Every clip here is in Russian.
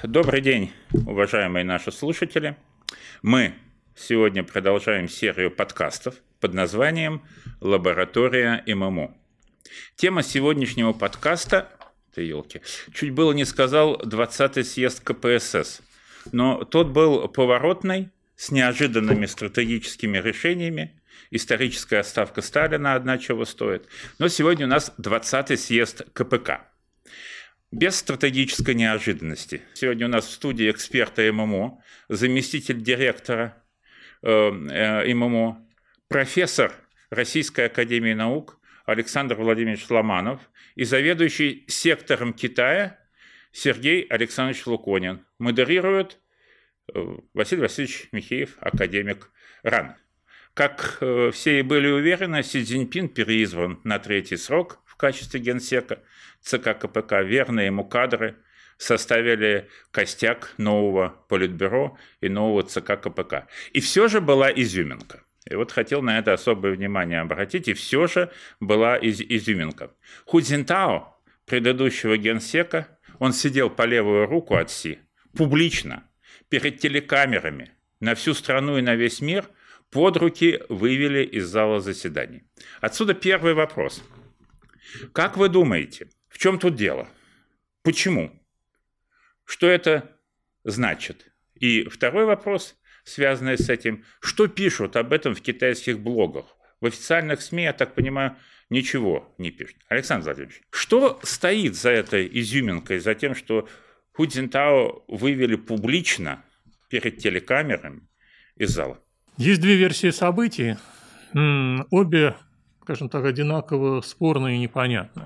Добрый день, уважаемые наши слушатели. Мы сегодня продолжаем серию подкастов под названием «Лаборатория ММО». Тема сегодняшнего подкаста, чуть было не сказал 20-й съезд КПСС, но тот был поворотный, с неожиданными стратегическими решениями. Историческая отставка Сталина одна чего стоит. Но сегодня у нас 20-й съезд КПК. Без стратегической неожиданности. Сегодня у нас в студии эксперта ММО, заместитель директора ММО, профессор Российской академии наук Александр Владимирович Ломанов и заведующий сектором Китая Сергей Александрович Луконин. Модерирует Василий Васильевич Михеев, академик РАН. Как все и были уверены, Си Цзиньпин переизбран на 3-й срок в качестве генсека ЦК КПК. Верные ему кадры составили костяк нового политбюро и нового ЦК КПК. И все же была изюминка. И вот хотел на это особое внимание обратить. И все же была изюминка. Ху Цзиньтао, предыдущего генсека, он сидел по левую руку от Си, публично, перед телекамерами, на всю страну и на весь мир, под руки вывели из зала заседаний. Отсюда первый вопрос. Как вы думаете, в чем тут дело? Почему? Что это значит? И второй вопрос, связанный с этим, что пишут об этом в китайских блогах? В официальных СМИ, я так понимаю, ничего не пишут. Александр Владимирович, что стоит за этой изюминкой, за тем, что Ху Цзиньтао вывели публично перед телекамерами из зала? Есть две версии событий. Обе, скажем так, одинаково спорные и непонятные.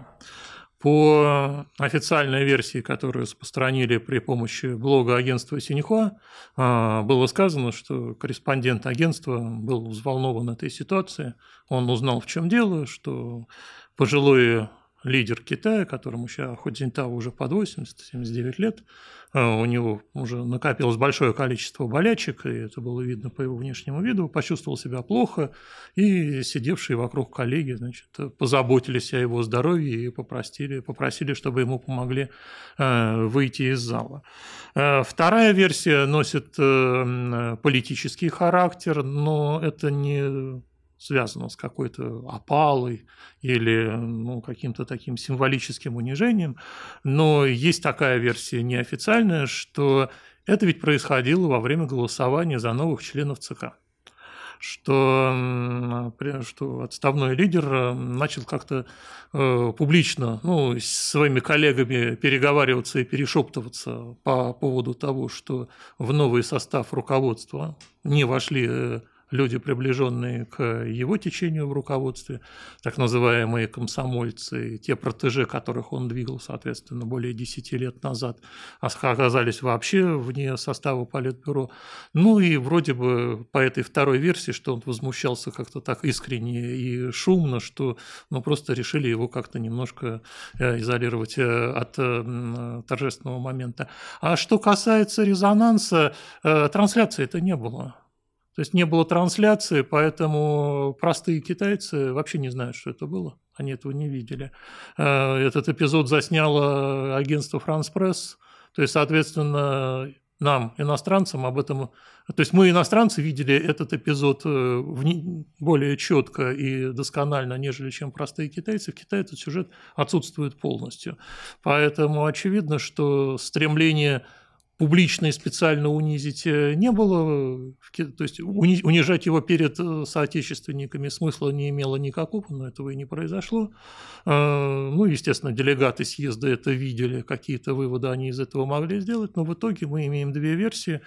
По официальной версии, которую распространили при помощи блога агентства Синьхуа, было сказано, что корреспондент агентства был взволнован этой ситуацией. Он узнал, в чем дело, что пожилой лидер Китая, которому сейчас Ху Цзиньтао уже под 80, 79 лет, у него уже накопилось большое количество болячек, и это было видно по его внешнему виду, почувствовал себя плохо, и сидевшие вокруг коллеги, значит, позаботились о его здоровье и попросили, чтобы ему помогли выйти из зала. Вторая версия носит политический характер, но это не связано с какой-то опалой или каким-то таким символическим унижением. Но есть такая версия неофициальная, что это ведь происходило во время голосования за новых членов ЦК. Что отставной лидер начал как-то публично с своими коллегами переговариваться и перешептываться по поводу того, что в новый состав руководства не вошли люди, приближенные к его течению в руководстве, так называемые комсомольцы, те протеже, которых он двигал, соответственно, более 10 лет назад, оказались вообще вне состава Политбюро. И вроде бы по этой второй версии, что он возмущался как-то так искренне и шумно, что просто решили его как-то немножко изолировать от торжественного момента. А что касается резонанса, трансляции это не было. То есть не было трансляции, поэтому простые китайцы вообще не знают, что это было. Они этого не видели. Этот эпизод засняло агентство France Press. То есть, соответственно, нам, иностранцам, об этом... То есть мы, иностранцы, видели этот эпизод более четко и досконально, нежели чем простые китайцы. В Китае этот сюжет отсутствует полностью. Поэтому очевидно, что стремление публично и специально унизить не было, то есть унижать его перед соотечественниками смысла не имело никакого, но этого и не произошло. Естественно, делегаты съезда это видели, какие-то выводы они из этого могли сделать, но в итоге мы имеем две версии.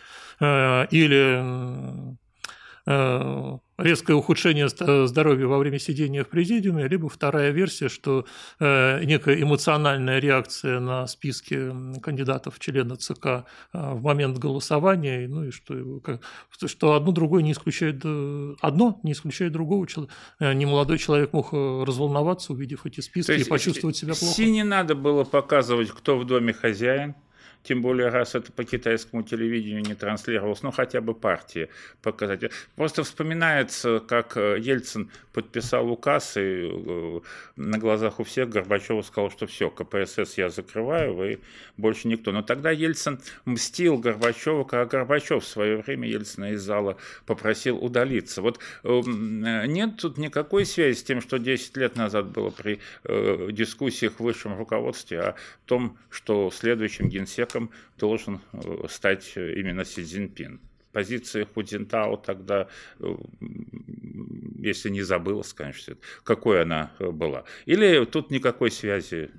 Или резкое ухудшение здоровья во время сидения в президиуме, либо вторая версия, что некая эмоциональная реакция на списке кандидатов в члены ЦК в момент голосования, и что одно не исключает другого. Немолодой человек мог разволноваться, увидев эти списки, и почувствовать себя плохо. Си не надо было показывать, кто в доме хозяин. тем более раз это по китайскому телевидению не транслировалось, ну хотя бы партии показать. Просто вспоминается, как Ельцин подписал указ, и на глазах у всех Горбачев сказал, что все, КПСС я закрываю, вы больше никто. Но тогда Ельцин мстил Горбачеву, как Горбачев в свое время Ельцина из зала попросил удалиться. Вот нет тут никакой связи с тем, что 10 лет назад было при дискуссиях в высшем руководстве о том, что следующим генсеком должен стать именно Си Цзиньпин. Позиция Ху Цзиньтао тогда, если не забылась, конечно, какой она была. Или тут никакой связи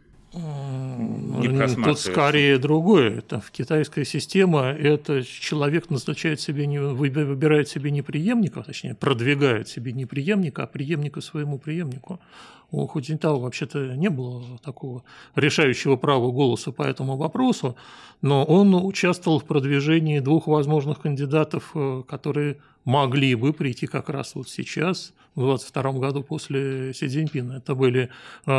не просматривается? Тут скорее другое. Это в китайской системе это человек назначает себе, выбирает себе не преемника, точнее, продвигает себе не преемника, а преемника своему преемнику. У Ху Цзиньтао вообще-то не было такого решающего права голоса по этому вопросу, но он участвовал в продвижении двух возможных кандидатов, которые могли бы прийти как раз вот сейчас, в 2022 году после Си Цзиньпина. Это были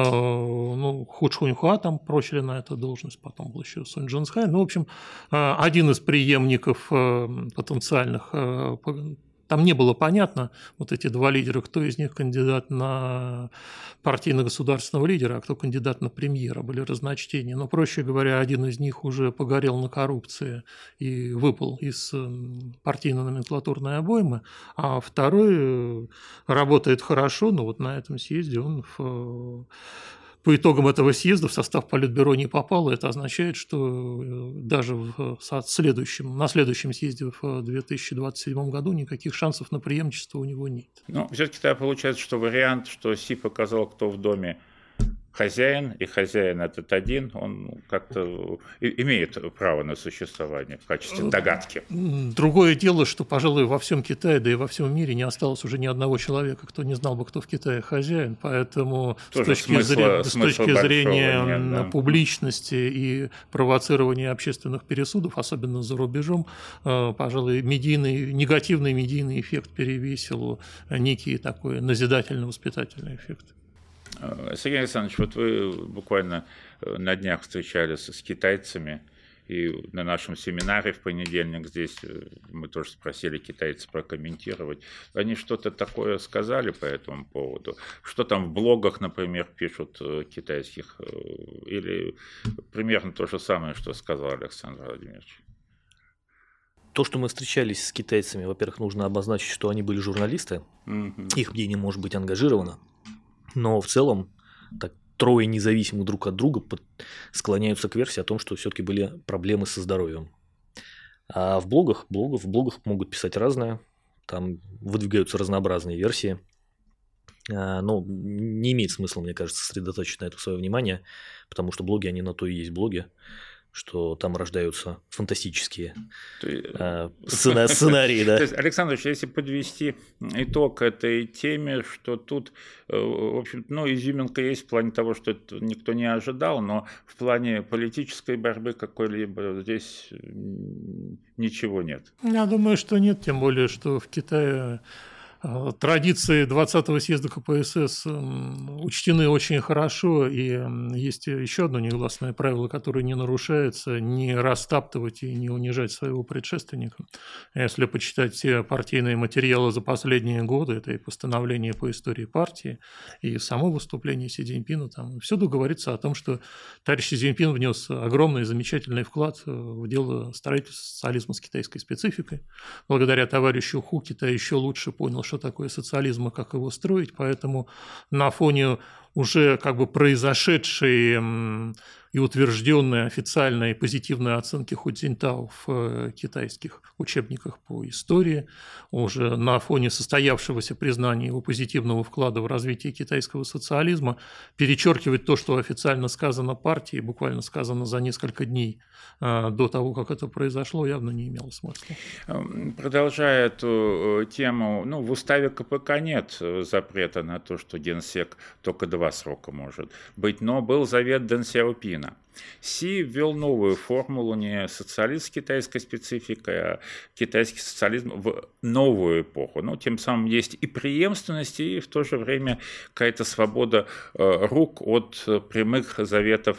Ху Чхуньхуа, там прочили на эту должность, потом был еще Сун Чжунцхай. Ну, в общем, один из преемников потенциальных. Там не было понятно, вот эти два лидера, кто из них кандидат на партийно-государственного лидера, а кто кандидат на премьера, были разночтения. Но, проще говоря, один из них уже погорел на коррупции и выпал из партийно-номенклатурной обоймы, а второй работает хорошо, но вот на этом съезде он по итогам этого съезда в состав Политбюро не попал, и это означает, что даже на следующем съезде в 2027 году никаких шансов на преемничество у него нет. Ну, все-таки тогда получается, что вариант, что Си показал, кто в доме хозяин, и хозяин этот один, он как-то имеет право на существование в качестве догадки. Другое дело, что, пожалуй, во всем Китае, да и во всем мире не осталось уже ни одного человека, кто не знал бы, кто в Китае хозяин, поэтому с точки зрения публичности и провоцирования общественных пересудов, особенно за рубежом, пожалуй, негативный медийный эффект перевесил некий такой назидательно-воспитательный эффект. Сергей Александрович, вот вы буквально на днях встречались с китайцами, и на нашем семинаре в понедельник здесь мы тоже спросили китайцев прокомментировать. Они что-то такое сказали по этому поводу? Что там в блогах, например, пишут китайских? Или примерно то же самое, что сказал Александр Владимирович? То, что мы встречались с китайцами, во-первых, нужно обозначить, что они были журналисты, их мнение может быть ангажировано. Но в целом так, трое независимых друг от друга склоняются к версии о том, что все-таки были проблемы со здоровьем. А в блогах могут писать разное, там выдвигаются разнообразные версии. Но не имеет смысла, мне кажется, сосредоточить на это свое внимание, потому что блоги, они на то и есть блоги, что там рождаются фантастические сценарии. Да. То есть, Александр Ильич, если подвести итог этой теме, что тут, в общем, изюминка есть в плане того, что это никто не ожидал, но в плане политической борьбы какой-либо здесь ничего нет. Я думаю, что нет, тем более, что в Китае традиции 20-го съезда КПСС учтены очень хорошо, и есть еще одно негласное правило, которое не нарушается: не растаптывать и не унижать своего предшественника. Если почитать все партийные материалы за последние годы, это и постановление по истории партии, и само выступление Си Цзиньпина, там всюду говорится о том, что товарищ Си Цзиньпин внес огромный замечательный вклад в дело строительства социализма с китайской спецификой. Благодаря товарищу Ху Китай еще лучше понял, что такое социализм и как его строить, поэтому на фоне уже как бы произошедшей и утвержденной официальной позитивной оценки Ху Цзиньтао в китайских учебниках по истории, уже на фоне состоявшегося признания его позитивного вклада в развитие китайского социализма, перечеркивать то, что официально сказано партией, буквально сказано за несколько дней до того, как это произошло, явно не имело смысла. Продолжая эту тему, в уставе КПК нет запрета на то, что генсек только 2 срока может быть, но был завет Дэн Сяопина. Си ввел новую формулу, не социализм с китайской спецификой, а китайский социализм в новую эпоху. Тем самым есть и преемственность, и в то же время какая-то свобода рук от прямых заветов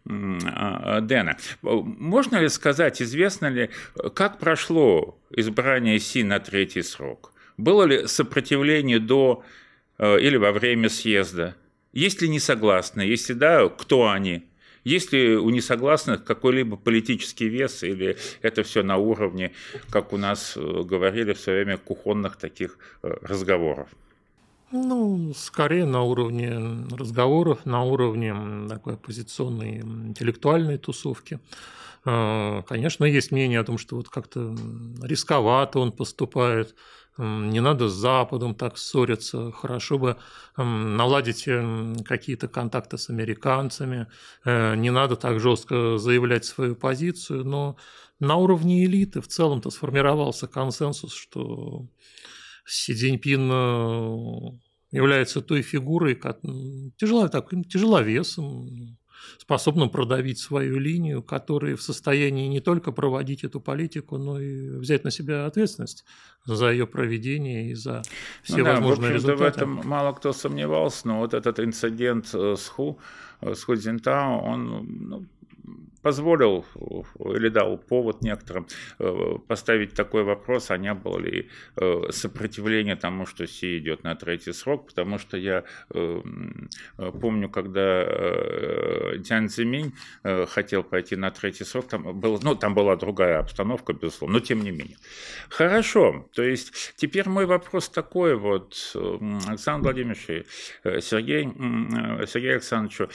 Дэна. Можно ли сказать, известно ли, как прошло избрание Си на 3-й срок? Было ли сопротивление до или во время съезда? Есть ли несогласные? Если да, кто они? Есть ли у несогласных какой-либо политический вес, или это все на уровне, как у нас говорили в свое время, кухонных таких разговоров? Ну, скорее на уровне разговоров, на уровне такой оппозиционной интеллектуальной тусовки. Конечно, есть мнение о том, что вот как-то рисковато он поступает, не надо с Западом так ссориться, хорошо бы наладить какие-то контакты с американцами, не надо так жестко заявлять свою позицию, но на уровне элиты в целом-то сформировался консенсус, что Си Цзиньпин является той фигурой, тяжеловесом, способным продавить свою линию, который в состоянии не только проводить эту политику, но и взять на себя ответственность за ее проведение и за все возможные результаты. В этом мало кто сомневался, но вот этот инцидент с Ху Цзиньтао, он позволил или дал повод некоторым поставить такой вопрос, а не было ли сопротивление тому, что Си идет на 3-й срок, потому что я помню, когда Цзян Цзиминь хотел пойти на 3-й срок, там была другая обстановка, безусловно, но тем не менее. Хорошо, то есть теперь мой вопрос такой вот, Александр Владимирович, Сергей Александрович,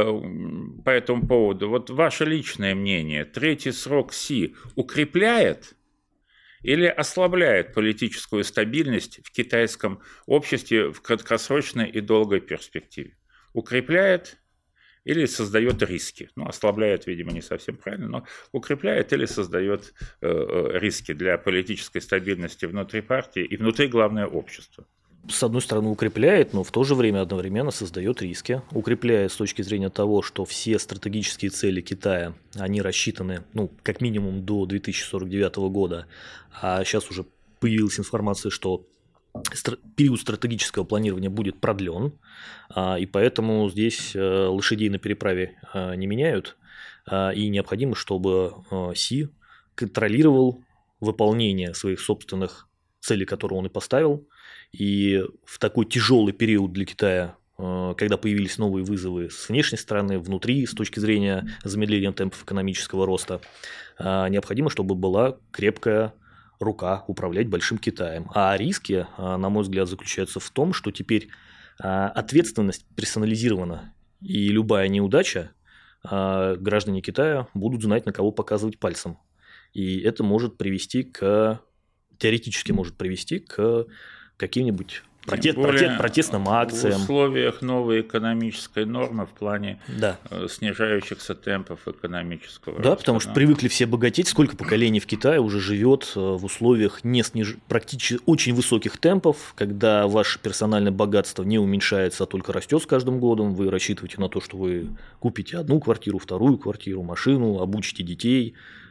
по этому поводу, вот ваше личное мнение, 3-й срок Си укрепляет или ослабляет политическую стабильность в китайском обществе в краткосрочной и долгой перспективе? Укрепляет или создает риски? Ослабляет, видимо, не совсем правильно, но укрепляет или создает риски для политической стабильности внутри партии и внутри, главное, общества? С одной стороны, укрепляет, но в то же время одновременно создает риски. Укрепляет с точки зрения того, что все стратегические цели Китая, они рассчитаны, как минимум до 2049 года, а сейчас уже появилась информация, что период стратегического планирования будет продлен, и поэтому здесь лошадей на переправе не меняют, и необходимо, чтобы Си контролировал выполнение своих собственных целей, которые он и поставил. И в такой тяжелый период для Китая, когда появились новые вызовы с внешней стороны, внутри, с точки зрения замедления темпов экономического роста, необходимо, чтобы была крепкая рука управлять большим Китаем. А риски, на мой взгляд, заключаются в том, что теперь ответственность персонализирована, и любая неудача граждане Китая будут знать, на кого показывать пальцем. И это может привести теоретически может привести к каким-нибудь протестным акциям. В условиях новой экономической нормы в плане снижающихся темпов экономического роста. Да, потому что привыкли все богатеть. Сколько поколений в Китае уже живет в условиях практически очень высоких темпов, когда ваше персональное богатство не уменьшается, а только растет с каждым годом. Вы рассчитываете на то, что вы купите одну квартиру, вторую квартиру, машину, обучите детей.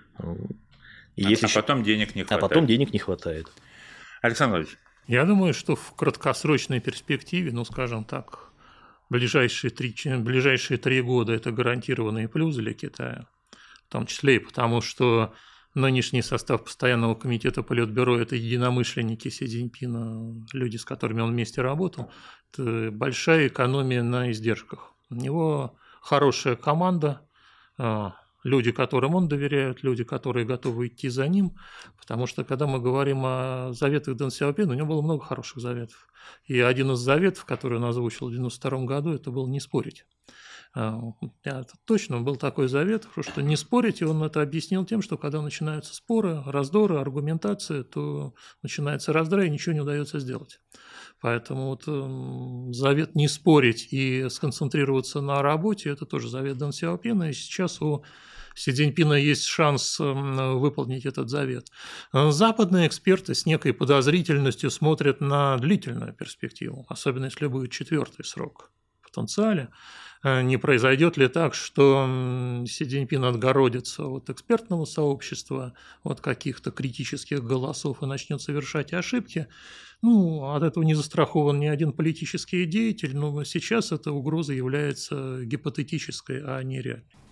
Потом денег не хватает. А потом денег не хватает. Александр Ильич. Я думаю, что в краткосрочной перспективе, скажем так, ближайшие 3 года это гарантированный плюс для Китая, в том числе и потому, что нынешний состав постоянного комитета Политбюро – это единомышленники Си Цзиньпина, люди, с которыми он вместе работал. Это большая экономия на издержках. У него хорошая команда, люди, которым он доверяет, люди, которые готовы идти за ним, потому что, когда мы говорим о заветах Дэн Сяопина, у него было много хороших заветов. И один из заветов, который он озвучил в 1992 году, это был «не спорить». Это точно был такой завет, что не спорить, и он это объяснил тем, что когда начинаются споры, раздоры, аргументация, то начинается раздрай, и ничего не удается сделать. Поэтому завет не спорить и сконцентрироваться на работе – это тоже завет Дэн Сяопина, и сейчас у Си Цзиньпина есть шанс выполнить этот завет. Западные эксперты с некой подозрительностью смотрят на длительную перспективу, особенно если будет 4-й срок в потенциале. Не произойдет ли так, что Си Цзиньпин отгородится от экспертного сообщества, от каких-то критических голосов и начнет совершать ошибки? От этого не застрахован ни один политический деятель, но сейчас эта угроза является гипотетической, а не реальной.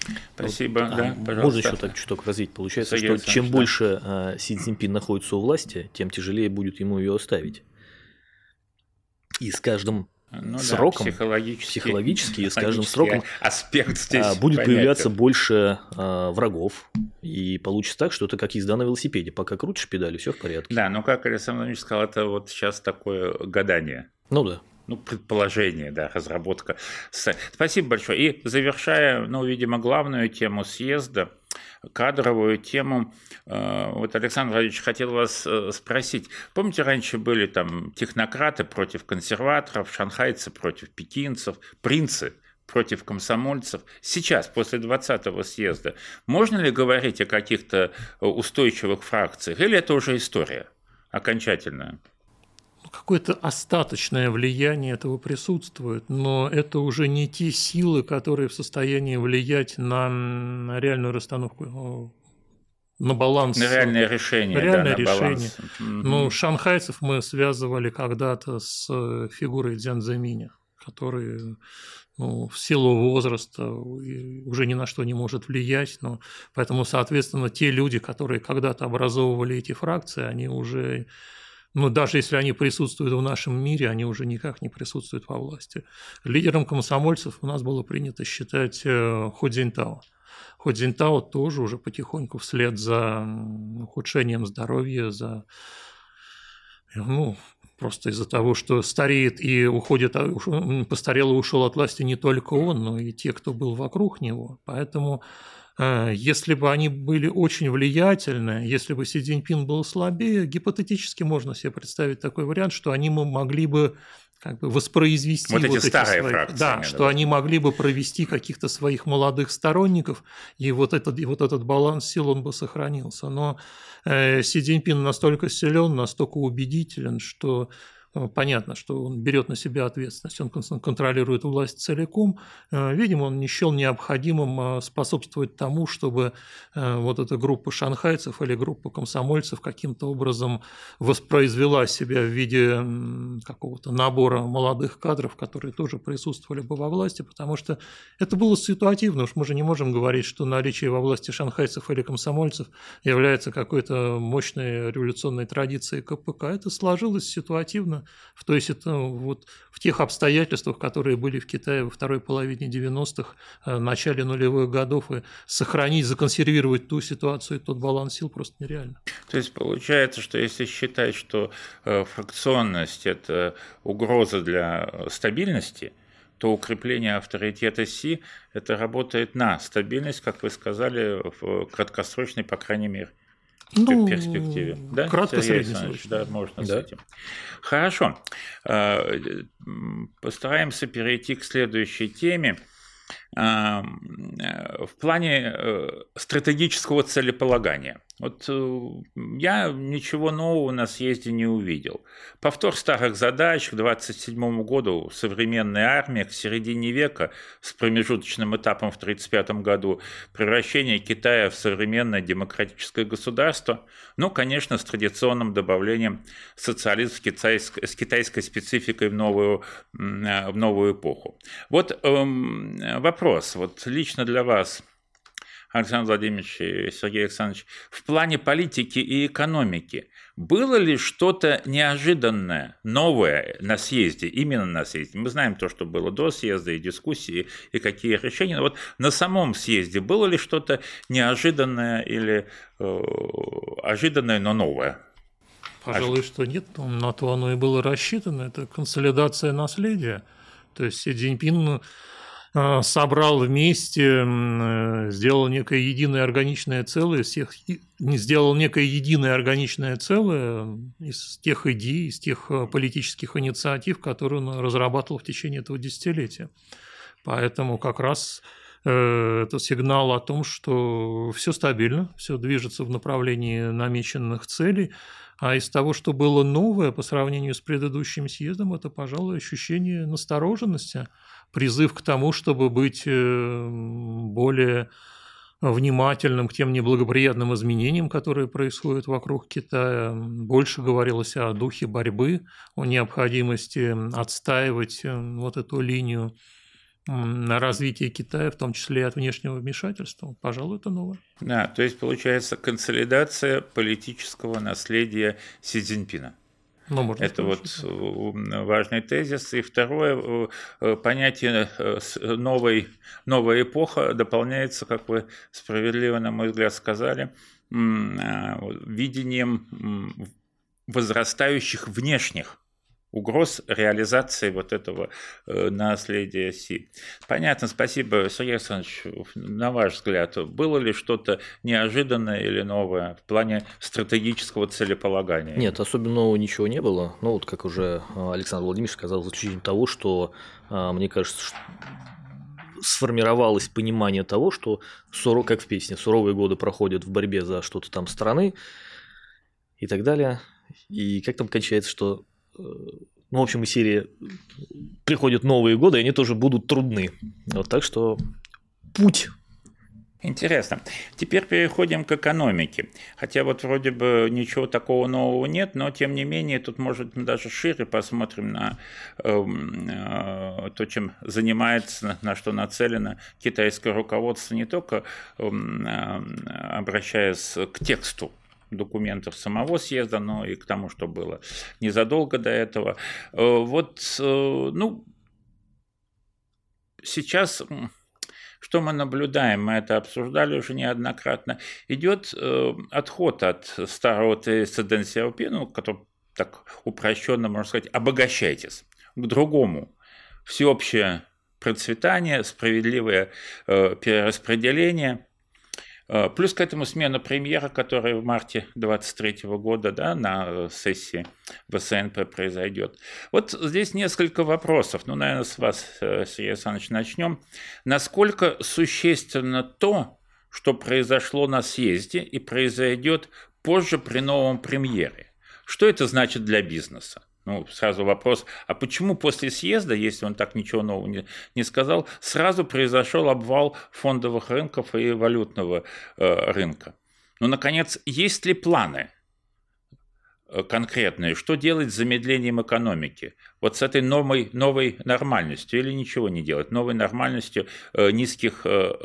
Спасибо. Да, можно еще так чуток развить. Получается, что чем больше Си Цзиньпин находится у власти, тем тяжелее будет ему ее оставить. И с каждым сроком, психологически, и с каждым сроком аспект здесь будет появляться больше врагов. И получится так, что это как езда на велосипеде. Пока крутишь педали, все в порядке. Да, но как Александр Владимирович сказал, это вот сейчас такое гадание. Ну да. Предположение, да, разработка. Спасибо большое. И завершая, видимо, главную тему съезда, кадровую тему, вот Александр Владимирович, хотел вас спросить. Помните, раньше были там технократы против консерваторов, шанхайцы против пекинцев, принцы против комсомольцев. Сейчас, после 20-го съезда, можно ли говорить о каких-то устойчивых фракциях, или это уже история окончательная? Какое-то остаточное влияние этого присутствует, но это уже не те силы, которые в состоянии влиять на реальную расстановку, на баланс. На реальное решение. Реальное решение. Баланс. Шанхайцев мы связывали когда-то с фигурой Цзян Цзэминя, который в силу возраста уже ни на что не может влиять, поэтому, соответственно, те люди, которые когда-то образовывали эти фракции, они уже... даже если они присутствуют в нашем мире, они уже никак не присутствуют во власти. Лидером комсомольцев у нас было принято считать Ху Цзиньтао. Ху Цзиньтао тоже уже потихоньку вслед за ухудшением здоровья, просто из-за того, что стареет и уходит, постарел и ушел от власти не только он, но и те, кто был вокруг него. Поэтому... Если бы они были очень влиятельны, если бы Си Цзиньпин был слабее, гипотетически можно себе представить такой вариант, что они могли бы воспроизвести эти старые фракции. Да, что они могли бы провести каких-то своих молодых сторонников, и вот этот баланс сил он бы сохранился. Но Си Цзиньпин настолько силен, настолько убедителен, что... Понятно, что он берет на себя ответственность, он контролирует власть целиком. Видимо, он не счел необходимым способствовать тому, чтобы вот эта группа шанхайцев или группа комсомольцев каким-то образом воспроизвела себя в виде какого-то набора молодых кадров, которые тоже присутствовали бы во власти, потому что это было ситуативно. Уж мы же не можем говорить, что наличие во власти шанхайцев или комсомольцев является какой-то мощной революционной традицией КПК. Это сложилось ситуативно. То есть это в тех обстоятельствах, которые были в Китае во второй половине 90-х, начале нулевых годов, и сохранить, законсервировать ту ситуацию, тот баланс сил просто нереально. То есть получается, что если считать, что фракционность – это угроза для стабильности, то укрепление авторитета Си – это работает на стабильность, как вы сказали, в краткосрочной, по крайней мере, в перспективе. Да? Кратко-среднесрочно. Да, можно с этим. Хорошо. Постараемся перейти к следующей теме. В плане стратегического целеполагания. Вот я ничего нового на съезде не увидел. Повтор старых задач к 1927 году современная армия к середине века с промежуточным этапом в 1935 году превращение Китая в современное демократическое государство, конечно, с традиционным добавлением социализма с китайской спецификой в новую эпоху. Вот вопрос, лично для вас, Александр Владимирович и Сергей Александрович, в плане политики и экономики было ли что-то неожиданное, новое на съезде, именно на съезде? Мы знаем то, что было до съезда, и дискуссии, и какие решения. Но на самом съезде было ли что-то неожиданное или ожиданное, но новое? Пожалуй, что нет, на то оно и было рассчитано. Это консолидация наследия. То есть Си Цзиньпин собрал вместе, сделал некое единое органичное целое, сделал некое единое органичное целое из тех идей, из тех политических инициатив, которые он разрабатывал в течение этого десятилетия. Поэтому как раз это сигнал о том, что все стабильно, все движется в направлении намеченных целей. А из того, что было новое по сравнению с предыдущим съездом, это, пожалуй, ощущение настороженности, призыв к тому, чтобы быть более внимательным к тем неблагоприятным изменениям, которые происходят вокруг Китая. Больше говорилось о духе борьбы, о необходимости отстаивать вот эту линию на развитие Китая, в том числе и от внешнего вмешательства, пожалуй, это новое. Да, то есть получается консолидация политического наследия Си Цзиньпина. Это вот важный тезис. И второе, понятие новая эпоха дополняется, как вы справедливо, на мой взгляд, сказали, видением возрастающих внешних угроз реализации вот этого наследия Си. Понятно, спасибо. Сергей Александрович, на ваш взгляд, было ли что-то неожиданное или новое в плане стратегического целеполагания? Нет, особенного ничего не было. Но вот как уже Александр Владимирович сказал, в исключение того, что, мне кажется, сформировалось понимание того, что, как в песне, суровые годы проходят в борьбе за что-то там страны и так далее. И как там кончается, что в общем, из серии приходят новые годы, и они тоже будут трудны. Вот так что путь. Интересно. Теперь переходим к экономике. Хотя вот вроде бы ничего такого нового нет, но тем не менее тут, может, даже шире посмотрим на то, чем занимается, на что нацелено китайское руководство, не только обращаясь к тексту документов самого съезда, но и к тому, что было незадолго до этого. Вот, сейчас, что мы наблюдаем, мы это обсуждали уже неоднократно, идет отход от старого тезиса Дэн Сяопина, который так упрощенно, можно сказать, обогащайтесь, к другому. Всеобщее процветание, справедливое перераспределение. Плюс к этому смена премьера, которая в марте 2023 года, да, на сессии ВСНП произойдет. Вот здесь несколько вопросов. Наверное, с вас, Сергей Александрович, начнем. Насколько существенно то, что произошло на съезде и произойдет позже при новом премьере? Что это значит для бизнеса? Сразу вопрос, а почему после съезда, если он так ничего нового не сказал, сразу произошел обвал фондовых рынков и валютного рынка? Наконец, есть ли планы конкретные, что делать с замедлением экономики? Вот с этой новой нормальностью или ничего не делать? Новой нормальностью низких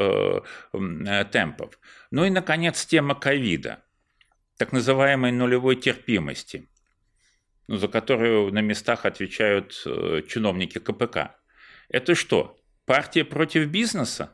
темпов. И, наконец, тема ковида, так называемой нулевой терпимости, за которую на местах отвечают чиновники КПК. Это что, партия против бизнеса?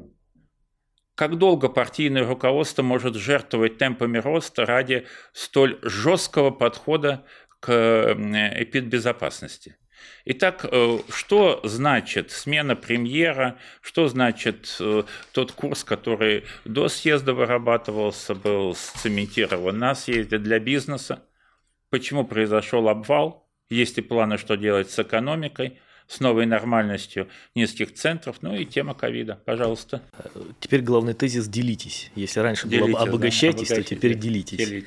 Как долго партийное руководство может жертвовать темпами роста ради столь жесткого подхода к эпидбезопасности? Итак, что значит смена премьера, что значит тот курс, который до съезда вырабатывался, был сцементирован на съезде для бизнеса? Почему произошел обвал? Есть ли планы, что делать с экономикой, с новой нормальностью низких центров? И тема ковида. Пожалуйста. Теперь главный тезис – делитесь. Если раньше было обогащайтесь, то теперь делитесь.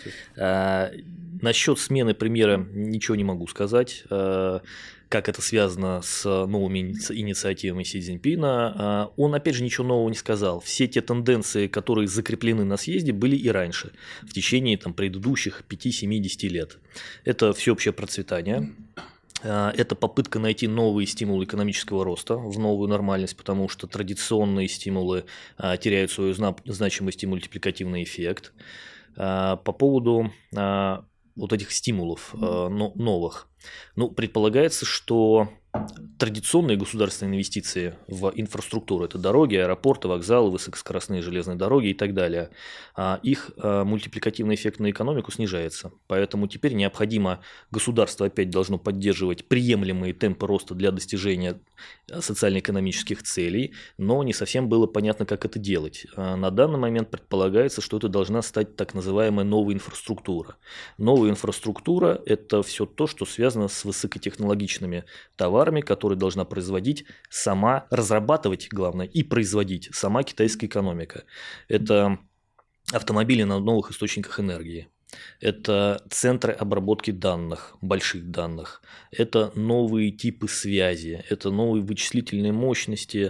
Насчет смены премьера ничего не могу сказать. Как это связано с новыми инициативами Си Цзиньпина, он, опять же, ничего нового не сказал. Все те тенденции, которые закреплены на съезде, были и раньше, в течение предыдущих 5-7-10 лет. Это всеобщее процветание, это попытка найти новые стимулы экономического роста в новую нормальность, потому что традиционные стимулы теряют свою значимость и мультипликативный эффект. По поводу вот этих стимулов новых. Предполагается, что традиционные государственные инвестиции в инфраструктуру – это дороги, аэропорты, вокзалы, высокоскоростные железные дороги и так далее. Их мультипликативный эффект на экономику снижается. Поэтому теперь необходимо, государство опять должно поддерживать приемлемые темпы роста для достижения социально-экономических целей, но не совсем было понятно, как это делать. На данный момент предполагается, что это должна стать так называемая новая инфраструктура. Новая инфраструктура – это все то, что связано с высокотехнологичными товарами, которые должна производить сама, разрабатывать, главное, и производить сама китайская экономика. Это автомобили на новых источниках энергии. Это центры обработки данных, больших данных. Это новые типы связи. Это новые вычислительные мощности,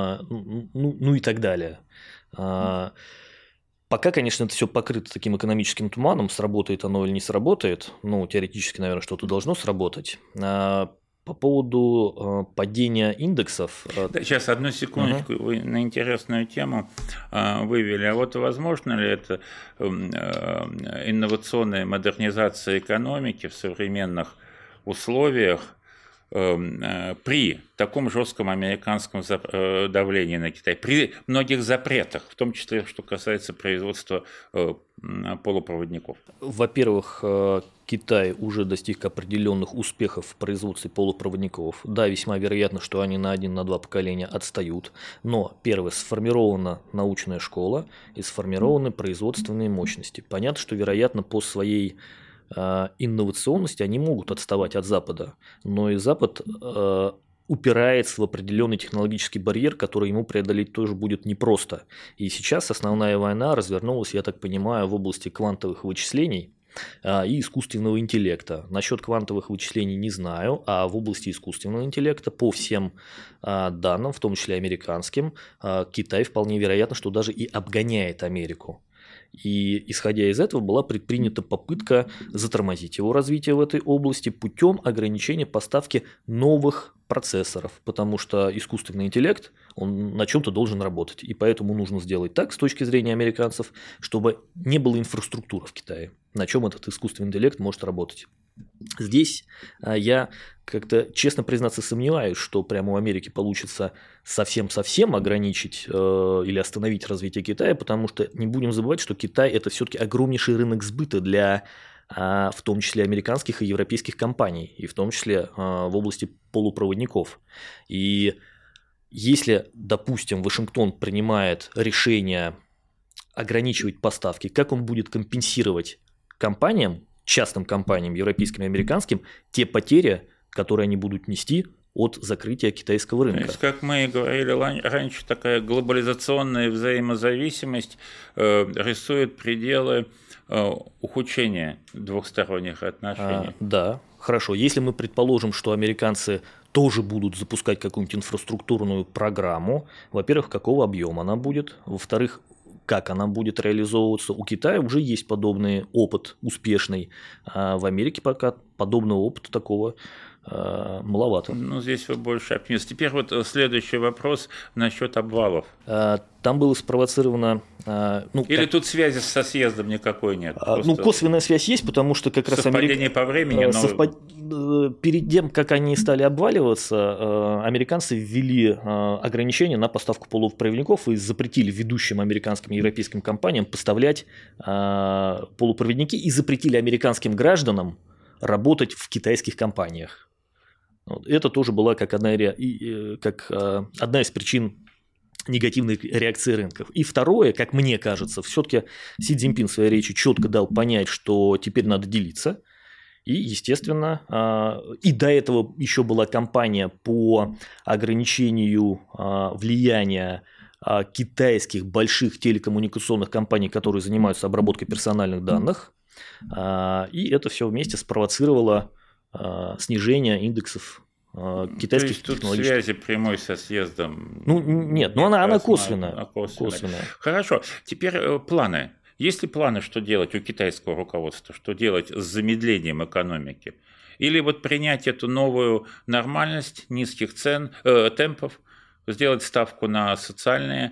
и так далее. Пока, конечно, это все покрыто таким экономическим туманом, сработает оно или не сработает. Теоретически, наверное, что-то должно сработать. По поводу падения индексов. Сейчас, одну секундочку, вы на интересную тему вывели. А вот возможно ли это инновационная модернизация экономики в современных условиях при таком жестком американском давлении на Китай, при многих запретах, в том числе, что касается производства полупроводников? Во-первых, Китай уже достиг определенных успехов в производстве полупроводников. Да, весьма вероятно, что они на 1-2 поколения отстают. Но, первое, сформирована научная школа и сформированы производственные мощности. Понятно, что, вероятно, по своей инновационности они могут отставать от Запада, но и Запад упирается в определенный технологический барьер, который ему преодолеть тоже будет непросто. И сейчас основная война развернулась, я так понимаю, в области квантовых вычислений и искусственного интеллекта. Насчет квантовых вычислений не знаю, а в области искусственного интеллекта по всем данным, в том числе американским, Китай вполне вероятно, что даже и обгоняет Америку. И, исходя из этого, была предпринята попытка затормозить его развитие в этой области путем ограничения поставки новых процессоров, потому что искусственный интеллект, он на чем-то должен работать, и поэтому нужно сделать так, с точки зрения американцев, чтобы не было инфраструктуры в Китае, на чем этот искусственный интеллект может работать. Здесь я как-то, честно признаться, сомневаюсь, что прямо у Америки получится совсем-совсем ограничить или остановить развитие Китая, потому что не будем забывать, что Китай – это все-таки огромнейший рынок сбыта для в том числе американских и европейских компаний, и в том числе в области полупроводников. И если, допустим, Вашингтон принимает решение ограничивать поставки, как он будет компенсировать компаниям, частным компаниям, европейским и американским, те потери, которые они будут нести от закрытия китайского рынка. То есть, как мы и говорили раньше, такая глобализационная взаимозависимость рисует пределы ухудшения двухсторонних отношений. Да, хорошо. Если мы предположим, что американцы тоже будут запускать какую-нибудь инфраструктурную программу, во-первых, какого объема она будет, во-вторых, как она будет реализовываться. У Китая уже есть подобный опыт успешный, а в Америке пока подобного опыта такого маловато. Ну, здесь вы больше оптимист. Теперь вот следующий вопрос насчет обвалов. Там было спровоцировано... Или тут связи со съездом никакой нет? Косвенная связь есть, потому что как раз совпадение по времени, но... Перед тем, как они стали обваливаться, американцы ввели ограничения на поставку полупроводников и запретили ведущим американским и европейским компаниям поставлять полупроводники и запретили американским гражданам работать в китайских компаниях. Это тоже была как одна из причин негативной реакции рынков. И второе, как мне кажется, все-таки Си Цзиньпин в своей речи четко дал понять, что теперь надо делиться. И, естественно, и до этого еще была кампания по ограничению влияния китайских больших телекоммуникационных компаний, которые занимаются обработкой персональных данных. И это все вместе спровоцировало снижение индексов китайских технологий. То есть тут связи прямой со съездом? Нет, но она косвенная. Хорошо, теперь планы. Есть ли планы, что делать у китайского руководства, что делать с замедлением экономики? Или вот принять эту новую нормальность низких темпов, сделать ставку на социальные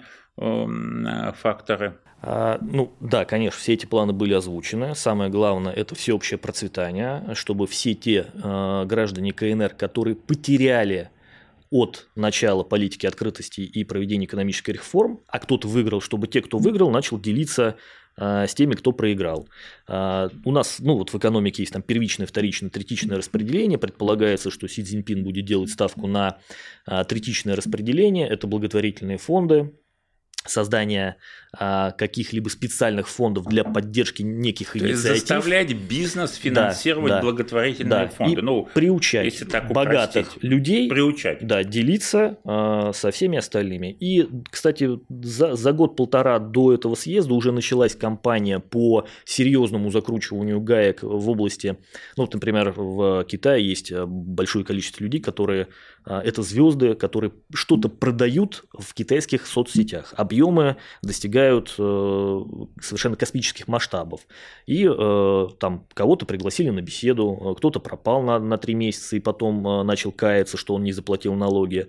факторы? Да, конечно, все эти планы были озвучены. Самое главное – это всеобщее процветание, чтобы все те граждане КНР, которые потеряли от начала политики открытости и проведения экономических реформ, а кто-то выиграл, чтобы те, кто выиграл, начал делиться с теми, кто проиграл. У нас в экономике есть там первичное, вторичное, третичное распределение. Предполагается, что Си Цзиньпин будет делать ставку на третичное распределение. Это благотворительные фонды, создание каких-либо специальных фондов для поддержки неких инициатив. То есть заставлять бизнес финансировать благотворительные фонды. И приучать богатых людей делиться со всеми остальными. И, кстати, за год-полтора до этого съезда уже началась кампания по серьезному закручиванию гаек в области, например, в Китае есть большое количество людей, которые это звезды, которые что-то продают в китайских соцсетях. Объемы достигают достигают совершенно космических масштабов. И там кого-то пригласили на беседу, кто-то пропал на 3 месяца и потом начал каяться, что он не заплатил налоги.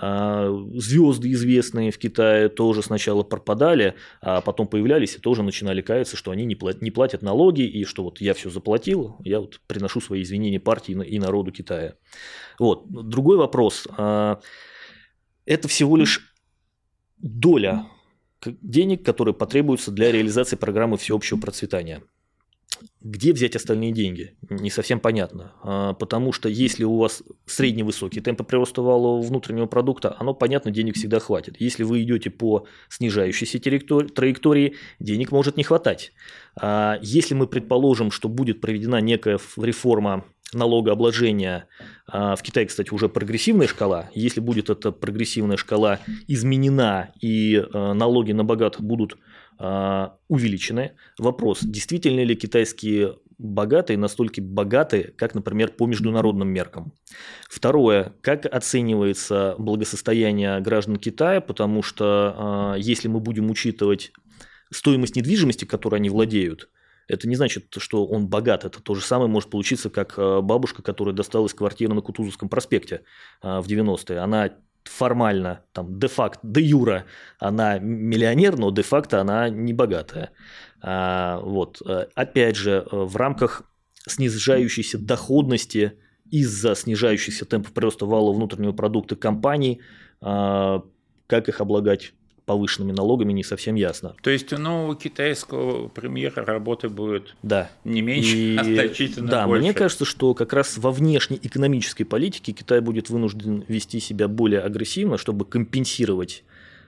Звезды известные в Китае тоже сначала пропадали, а потом появлялись и тоже начинали каяться, что они не платят налоги, и что вот я все заплатил, я вот приношу свои извинения партии и народу Китая. Вот. Другой вопрос. Это всего лишь доля денег, которые потребуются для реализации программы всеобщего процветания. Где взять остальные деньги? Не совсем понятно. Потому что если у вас средневысокие темпы прироста валового внутреннего продукта, оно, понятно, денег всегда хватит. Если вы идете по снижающейся траектории, денег может не хватать. Если мы предположим, что будет проведена некая реформа налогообложения, в Китае, кстати, уже прогрессивная шкала, если будет эта прогрессивная шкала изменена и налоги на богатых будут увеличены, вопрос, действительно ли китайские богатые настолько богаты, как, например, по международным меркам. Второе, как оценивается благосостояние граждан Китая, потому что если мы будем учитывать стоимость недвижимости, которой они владеют, это не значит, что он богат. Это то же самое может получиться, как бабушка, которая досталась квартиру на Кутузовском проспекте в 90-е. Она формально, там, де-факто, де-юра, она миллионер, но де-факто она не богатая. Вот. Опять же, в рамках снижающейся доходности из-за снижающихся темпов прироста валового внутреннего продукта компаний, как их облагать повышенными налогами, не совсем ясно. То есть у нового китайского премьера работы будет да. не меньше, а значительно да, больше. Мне кажется, что как раз во внешней экономической политике Китай будет вынужден вести себя более агрессивно, чтобы компенсировать...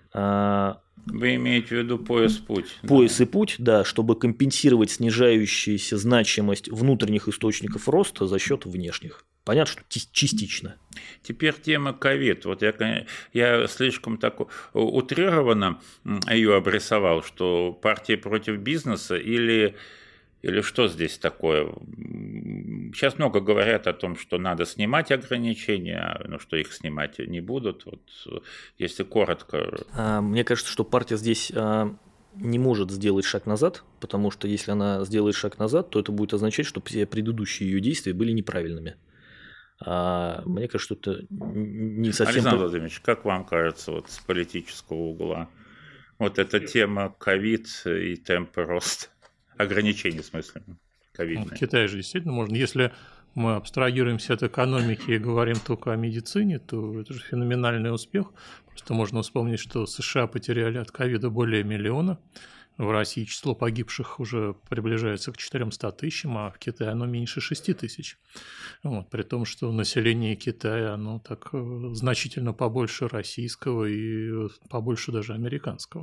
Вы имеете в виду пояс-путь? Пояс и путь, да, чтобы компенсировать снижающуюся значимость внутренних источников роста за счет внешних. Понятно, что частично. Теперь тема ковид. Вот я слишком так утрированно ее обрисовал, что партия против бизнеса или что здесь такое? Сейчас много говорят о том, что надо снимать ограничения, но что их снимать не будут. Вот, если коротко. Мне кажется, что партия здесь не может сделать шаг назад, потому что если она сделает шаг назад, то это будет означать, что все предыдущие ее действия были неправильными. Мне кажется, что это не совсем... Александр Владимирович, как вам кажется вот с политического угла вот эта тема ковид и темпы роста, ограничений в смысле ковидные? В Китае же действительно можно, если мы абстрагируемся от экономики и говорим только о медицине, то это же феноменальный успех. Просто можно вспомнить, что США потеряли от ковида более 1 миллиона. В России число погибших уже приближается к 400 тысячам, а в Китае оно меньше 6 тысяч. Вот, при том, что население Китая оно так значительно побольше российского и побольше даже американского.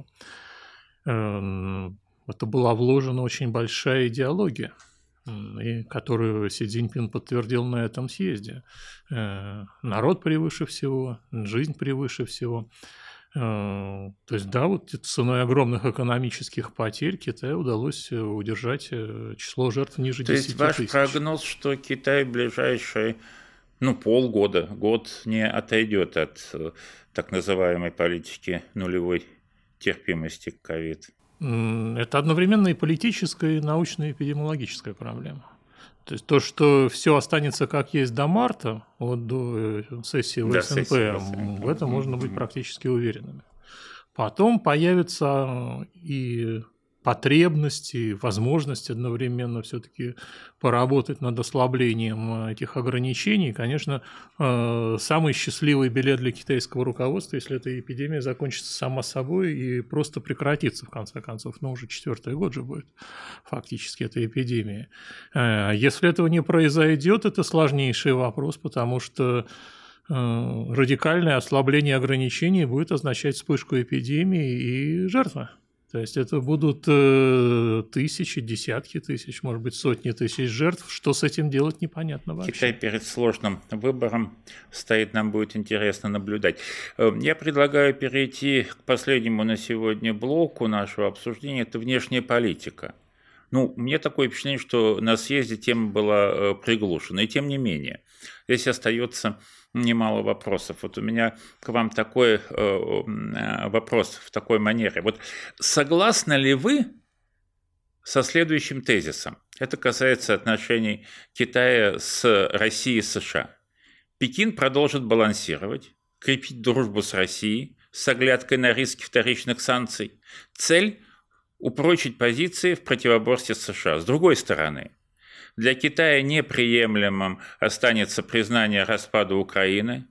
Это была вложена очень большая идеология, и которую Си Цзиньпин подтвердил на этом съезде. Народ превыше всего, жизнь превыше всего. То есть, да, вот ценой огромных экономических потерь Китаю удалось удержать число жертв ниже 10 тысяч. То есть, ваш прогноз, что Китай в ближайшие полгода, год не отойдет от так называемой политики нулевой терпимости к ковид? Это одновременно и политическая, и научно-эпидемиологическая проблема. То есть то, что все останется как есть до марта, вот до сессии в СНП, в этом можно быть практически уверенными. Потом появятся и потребности, и возможность одновременно все-таки поработать над ослаблением этих ограничений. Конечно, самый счастливый билет для китайского руководства, если эта эпидемия закончится сама собой и просто прекратится, в конце концов. Уже 4-й год же будет фактически эта эпидемия. Если этого не произойдет, это сложнейший вопрос, потому что радикальное ослабление ограничений будет означать вспышку эпидемии и жертвы. То есть это будут тысячи, десятки тысяч, может быть, сотни тысяч жертв. Что с этим делать, непонятно вообще. Китай перед сложным выбором стоит, нам будет интересно наблюдать. Я предлагаю перейти к последнему на сегодня блоку нашего обсуждения. Это внешняя политика. Мне такое впечатление, что на съезде тема была приглушена. И тем не менее, здесь остается немало вопросов. Вот у меня к вам такой вопрос в такой манере. Вот согласны ли вы со следующим тезисом? Это касается отношений Китая с Россией и США. Пекин продолжит балансировать, крепить дружбу с Россией с оглядкой на риски вторичных санкций. Цель – упрочить позиции в противоборстве с США. С другой стороны, для Китая неприемлемым останется признание распада Украины,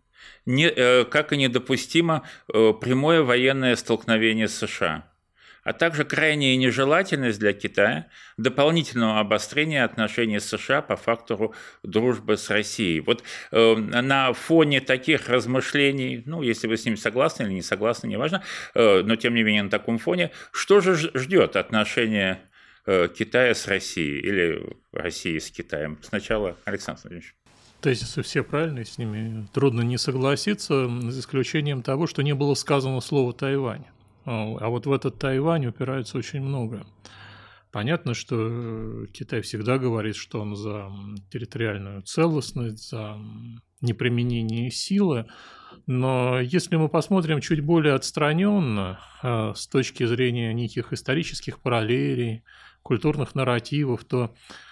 как и недопустимо прямое военное столкновение с США, а также крайняя нежелательность для Китая дополнительного обострения отношений с США по фактору дружбы с Россией. Вот на фоне таких размышлений, ну, если вы с ними согласны или не согласны, неважно, но тем не менее на таком фоне, что же ждет отношения Китая с Россией или России с Китаем? Сначала Александр Владимирович. Тезисы все правильные, с ними трудно не согласиться, за исключением того, что не было сказано слово «Тайвань». А вот в этот Тайвань упирается очень много. Понятно, что Китай всегда говорит, что он за территориальную целостность, за неприменение силы, но если мы посмотрим чуть более отстраненно, с точки зрения неких исторических параллелей, культурных нарративов, то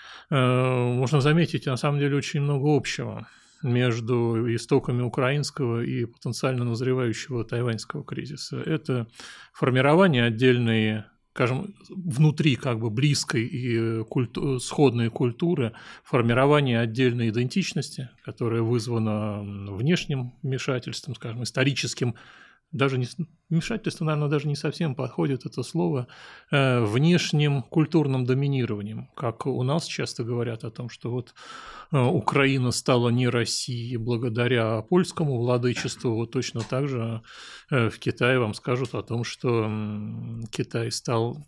можно заметить на самом деле очень много общего между истоками украинского и потенциально назревающего тайваньского кризиса. Это формирование отдельной, скажем, внутри как бы близкой и сходной культуры, формирование отдельной идентичности, которая вызвана внешним вмешательством, скажем, историческим, даже не, вмешательство, наверное, даже не совсем подходит это слово, внешним культурным доминированием. Как у нас часто говорят о том, что вот Украина стала не Россией благодаря польскому владычеству, вот точно так же в Китае вам скажут о том, что Китай стал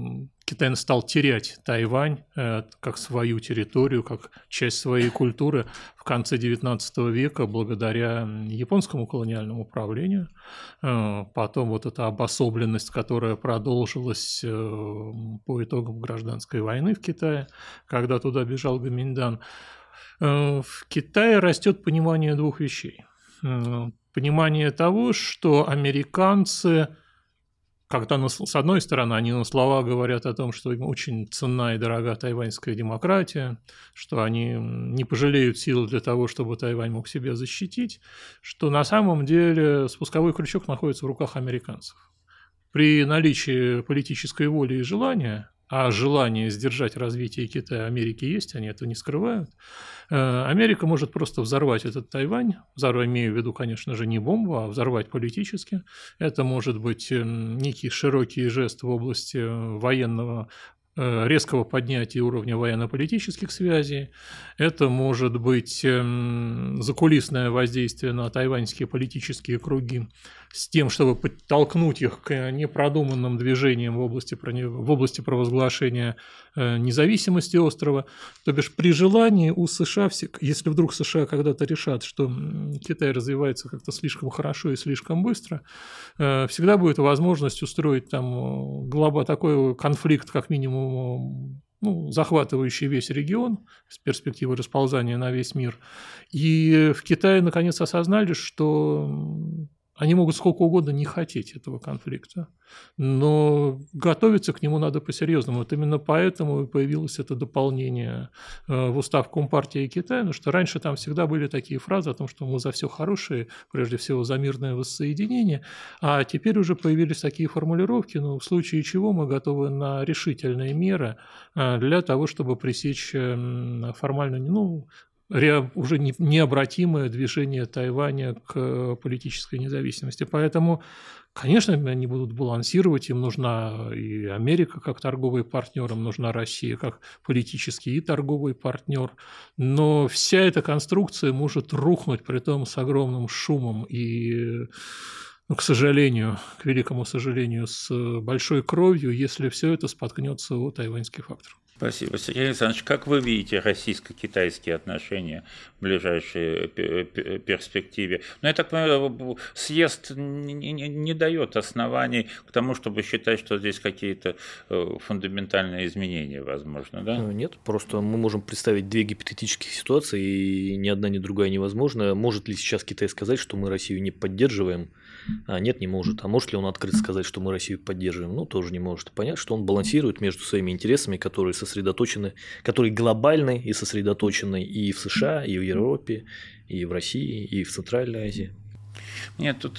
терять Тайвань как свою территорию, как часть своей культуры в конце XIX века благодаря японскому колониальному правлению. Потом вот эта обособленность, которая продолжилась по итогам гражданской войны в Китае, когда туда бежал Гоминьдан. В Китае растет понимание двух вещей. Понимание того, что американцы, когда с одной стороны они на слова говорят о том, что им очень ценна и дорога тайваньская демократия, что они не пожалеют сил для того, чтобы Тайвань мог себя защитить, что на самом деле спусковой крючок находится в руках американцев. При наличии политической воли и желания, а желание сдержать развитие Китая Америки есть, они этого не скрывают, Америка может просто взорвать этот Тайвань, имею в виду, конечно же, не бомбу, а взорвать политически. Это может быть некий широкий жест в области военного, резкого поднятия уровня военно-политических связей. Это может быть закулисное воздействие на тайваньские политические круги с тем, чтобы подтолкнуть их к непродуманным движениям в области провозглашения независимости острова. То бишь при желании у США, если вдруг США когда-то решат, что Китай развивается как-то слишком хорошо и слишком быстро, всегда будет возможность устроить там такой конфликт, как минимум, захватывающий весь регион с перспективой расползания на весь мир. И в Китае наконец осознали, что они могут сколько угодно не хотеть этого конфликта, но готовиться к нему надо по-серьезному. Вот именно поэтому и появилось это дополнение в устав Компартии Китая, потому что раньше там всегда были такие фразы о том, что мы за все хорошее, прежде всего за мирное воссоединение, а теперь уже появились такие формулировки, в случае чего мы готовы на решительные меры для того, чтобы пресечь формально, уже необратимое движение Тайваня к политической независимости. Поэтому, конечно, они будут балансировать, им нужна и Америка как торговый партнер, им нужна Россия как политический и торговый партнер, но вся эта конструкция может рухнуть, притом с огромным шумом и, к сожалению, к великому сожалению, с большой кровью, если все это споткнется о тайваньский фактор. Спасибо. Сергей Александрович, как вы видите российско-китайские отношения в ближайшей перспективе? Ну, я так понимаю, съезд не дает оснований к тому, чтобы считать, что здесь какие-то фундаментальные изменения возможны, да? Нет, просто мы можем представить две гипотетических ситуации, и ни одна, ни другая невозможна. Может ли сейчас Китай сказать, что мы Россию не поддерживаем? Нет, не может. А может ли он открыто сказать, что мы Россию поддерживаем? Ну, тоже не может. Понятно, что он балансирует между своими интересами, которые сосредоточены, которые глобальны и сосредоточены и в США, и в Европе, и в России, и в Центральной Азии. Мне тут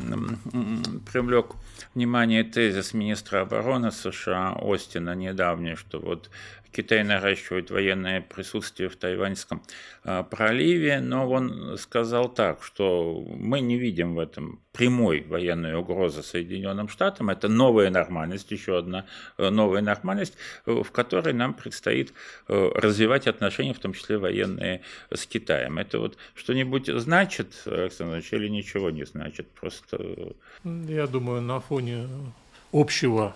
привлек внимание тезис министра обороны США Остина недавний, что вот Китай наращивает военное присутствие в Тайваньском проливе, но он сказал так, что мы не видим в этом прямой военной угрозы Соединенным Штатам. Это новая нормальность, еще одна новая нормальность, в которой нам предстоит развивать отношения, в том числе военные, с Китаем. Это вот что-нибудь значит, Александр Ильич, или ничего не значит? Просто... Я думаю, на фоне общего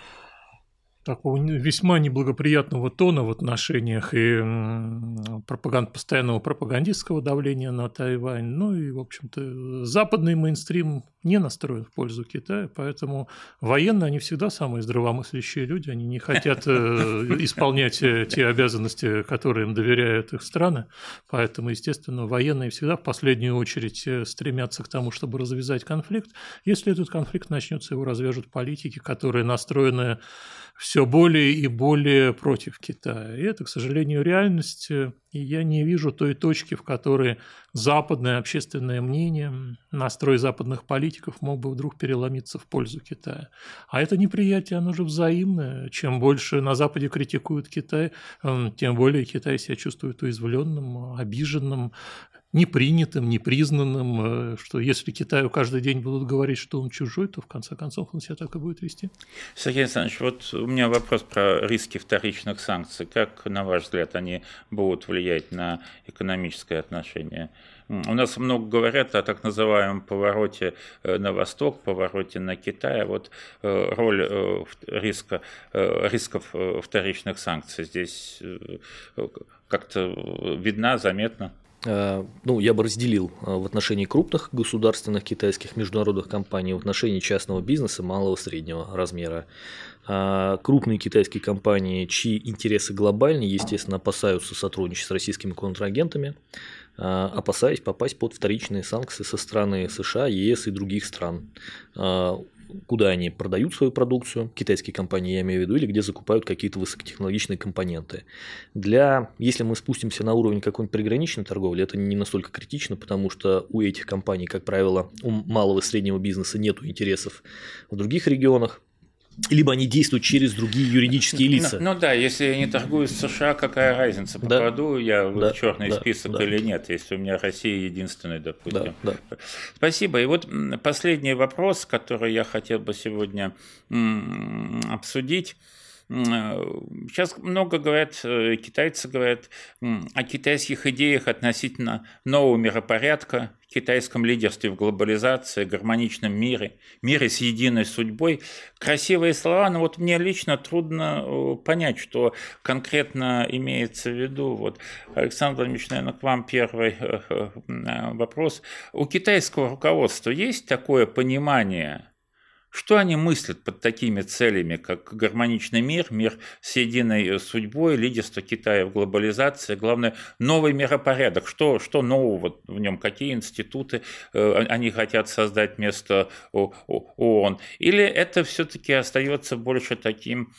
такого весьма неблагоприятного тона в отношениях и постоянного пропагандистского давления на Тайвань, ну и, в общем-то, западный мейнстрим не настроен в пользу Китая, поэтому военные, они всегда самые здравомыслящие люди, они не хотят исполнять те обязанности, которые им доверяют их страны, поэтому, естественно, военные всегда в последнюю очередь стремятся к тому, чтобы развязать конфликт. Если этот конфликт начнется, его развяжут политики, которые настроены все более и более против Китая. И это, к сожалению, реальность. И я не вижу той точки, в которой западное общественное мнение, настрой западных политиков мог бы вдруг переломиться в пользу Китая. А это неприятие, оно же взаимное. Чем больше на Западе критикуют Китай, тем более Китай себя чувствует уязвленным, обиженным, непринятым, непризнанным, что если Китаю каждый день будут говорить, что он чужой, то в конце концов он себя так и будет вести. Сергей Александрович, вот у меня вопрос про риски вторичных санкций. Как, на ваш взгляд, они будут влиять на экономическое отношение? У нас много говорят о так называемом повороте на восток, повороте на Китай. Вот роль рисков вторичных санкций здесь как-то видна, заметна? Ну, я бы разделил в отношении крупных государственных китайских международных компаний, в отношении частного бизнеса малого и среднего размера. Крупные китайские компании, чьи интересы глобальные, естественно, опасаются сотрудничать с российскими контрагентами, опасаясь попасть под вторичные санкции со стороны США, ЕС и других стран, куда они продают свою продукцию, китайские компании, я имею в виду, или где закупают какие-то высокотехнологичные компоненты. Если мы спустимся на уровень какой-нибудь приграничной торговли, это не настолько критично, потому что у этих компаний, как правило, у малого и среднего бизнеса нет интересов в других регионах, либо они действуют через другие юридические лица. Ну да, если я не торгую с США, какая разница, попаду я в черный список или нет, если у меня Россия единственная, допустим. Спасибо. И вот последний вопрос, который я хотел бы сегодня обсудить. Сейчас много говорят, китайцы говорят о китайских идеях относительно нового миропорядка, китайском лидерстве в глобализации, гармоничном мире с единой судьбой. Красивые слова, но вот мне лично трудно понять, что конкретно имеется в виду. Вот, Александр Владимирович, наверное, к вам первый вопрос. У китайского руководства есть такое понимание, что они мыслят под такими целями, как гармоничный мир с единой судьбой, лидерство Китая в глобализации, главное, новый миропорядок, что нового в нем, какие институты они хотят создать вместо ООН? Или это все-таки остается больше таким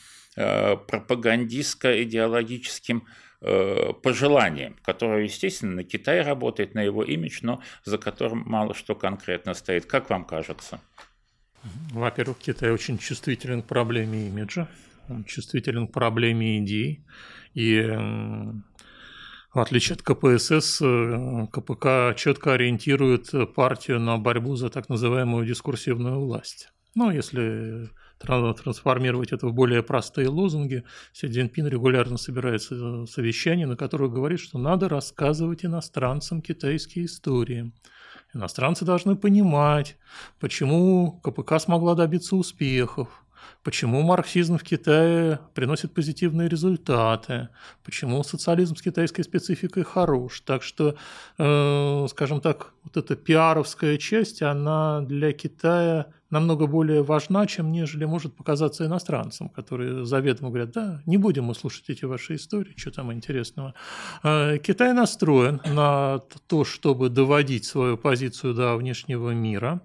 пропагандистско-идеологическим пожеланием, которое, естественно, на Китай работает, на его имидж, но за которым мало что конкретно стоит. Как вам кажется? Во-первых, Китай очень чувствителен к проблеме имиджа, он чувствителен к проблеме идей. И в отличие от КПСС, КПК четко ориентирует партию на борьбу за так называемую дискурсивную власть. Ну, если трансформировать это в более простые лозунги, Си Цзиньпин регулярно собирается совещания, на которых говорит, что надо рассказывать иностранцам китайские истории. Иностранцы должны понимать, почему КПК смогла добиться успехов, почему марксизм в Китае приносит позитивные результаты, почему социализм с китайской спецификой хорош. Так что, скажем так, вот эта пиаровская часть, она для Китая намного более важна, чем нежели может показаться иностранцам, которые заведомо говорят: да, не будем мы слушать эти ваши истории, что там интересного. Китай настроен на то, чтобы доводить свою позицию до внешнего мира.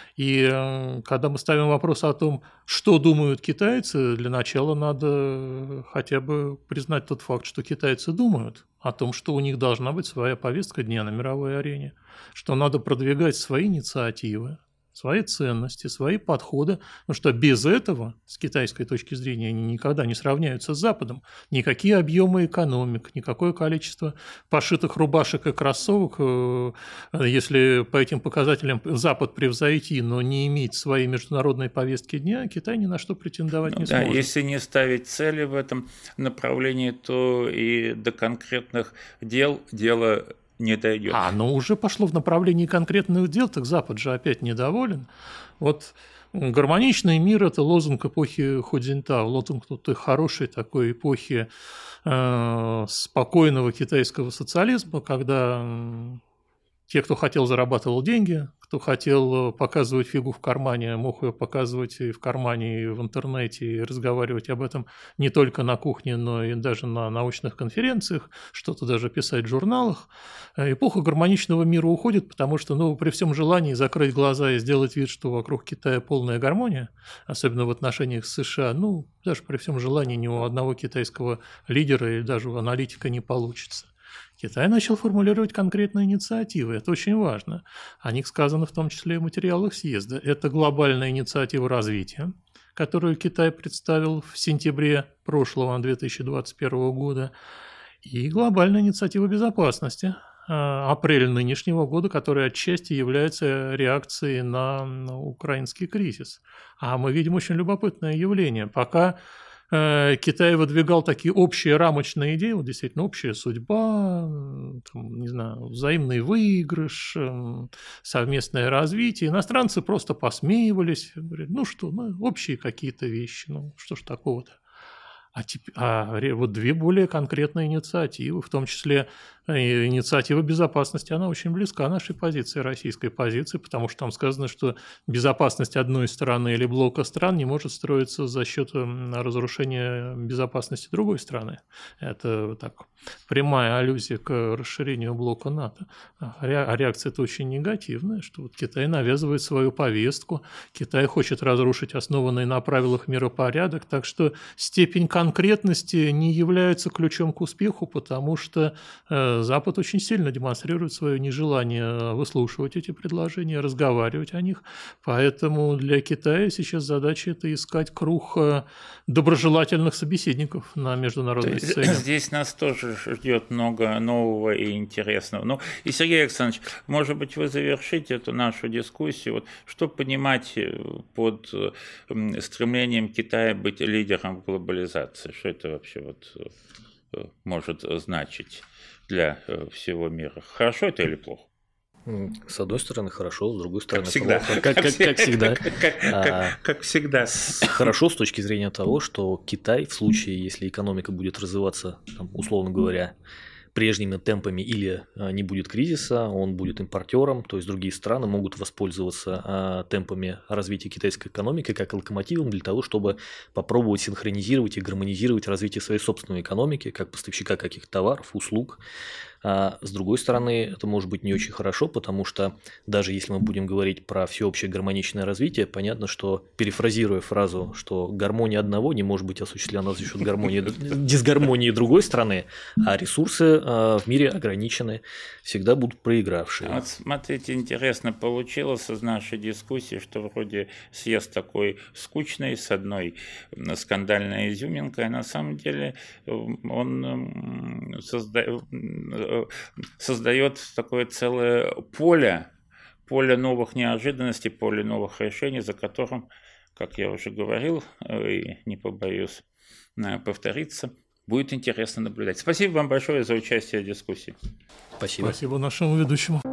И когда мы ставим вопрос о том, что думают китайцы, для начала надо хотя бы признать тот факт, что китайцы думают о том, что у них должна быть своя повестка дня на мировой арене, что надо продвигать свои инициативы, свои ценности, свои подходы, потому что без этого, с китайской точки зрения, они никогда не сравняются с Западом. Никакие объемы экономик, никакое количество пошитых рубашек и кроссовок, если по этим показателям Запад превзойти, но не иметь своей международной повестки дня, Китай ни на что претендовать не сможет. Если не ставить цели в этом направлении, то и до конкретных дел дело не дойдет. Но уже пошло в направлении конкретных дел, так Запад же опять недоволен. Вот гармоничный мир – это лозунг эпохи Худзинтао, лозунг той хорошей такой эпохи спокойного китайского социализма, когда те, кто хотел, зарабатывал деньги, кто хотел показывать фигу в кармане, мог ее показывать и в кармане, и в интернете, и разговаривать об этом не только на кухне, но и даже на научных конференциях, что-то даже писать в журналах. Эпоха гармоничного мира уходит, потому что, при всем желании закрыть глаза и сделать вид, что вокруг Китая полная гармония, особенно в отношениях с США, даже при всем желании ни у одного китайского лидера или даже у аналитика не получится. Китай начал формулировать конкретные инициативы, это очень важно. О них сказано в том числе и в материалах съезда. Это глобальная инициатива развития, которую Китай представил в сентябре прошлого 2021 года, и глобальная инициатива безопасности апреля нынешнего года, которая отчасти является реакцией на украинский кризис. А мы видим очень любопытное явление. Пока Китай выдвигал такие общие рамочные идеи, действительно общая судьба, взаимный выигрыш, совместное развитие. Иностранцы просто посмеивались, говорят: общие какие-то вещи, что ж такого-то. Вот две более конкретные инициативы, в том числе инициатива безопасности, она очень близка нашей позиции, российской позиции, потому что там сказано, что безопасность одной страны или блока стран не может строиться за счет разрушения безопасности другой страны. Это прямая аллюзия к расширению блока НАТО. А реакция-то очень негативная, что Китай навязывает свою повестку, Китай хочет разрушить основанный на правилах миропорядок, так что степень конкретности не является ключом к успеху, потому что Запад очень сильно демонстрирует свое нежелание выслушивать эти предложения, разговаривать о них. Поэтому для Китая сейчас задача – это искать круг доброжелательных собеседников на международной сцене. Здесь нас тоже ждет много нового и интересного. И, Сергей Александрович, может быть, вы завершите эту нашу дискуссию. Что понимать под стремлением Китая быть лидером в глобализации? Что это вообще может значить для всего мира? Хорошо это или плохо? С одной стороны хорошо, с другой стороны плохо. Как всегда. Как всегда. Хорошо с точки зрения того, что Китай, в случае, если экономика будет развиваться, условно говоря, прежними темпами или не будет кризиса, он будет импортером, то есть другие страны могут воспользоваться темпами развития китайской экономики как локомотивом для того, чтобы попробовать синхронизировать и гармонизировать развитие своей собственной экономики, как поставщика каких-то товаров, услуг. А с другой стороны, это может быть не очень хорошо, потому что даже если мы будем говорить про всеобщее гармоничное развитие, понятно, что, перефразируя фразу, что гармония одного не может быть осуществлена за счет дисгармонии другой страны, а ресурсы в мире ограничены, всегда будут проигравшие. Вот смотрите, интересно получилось из нашей дискуссии, что вроде съезд такой скучный, с одной скандальной изюминкой, а на самом деле он создает такое целое поле новых неожиданностей, поле новых решений, за которым, как я уже говорил, и не побоюсь повториться, будет интересно наблюдать. Спасибо вам большое за участие в дискуссии. Спасибо. Спасибо нашему ведущему.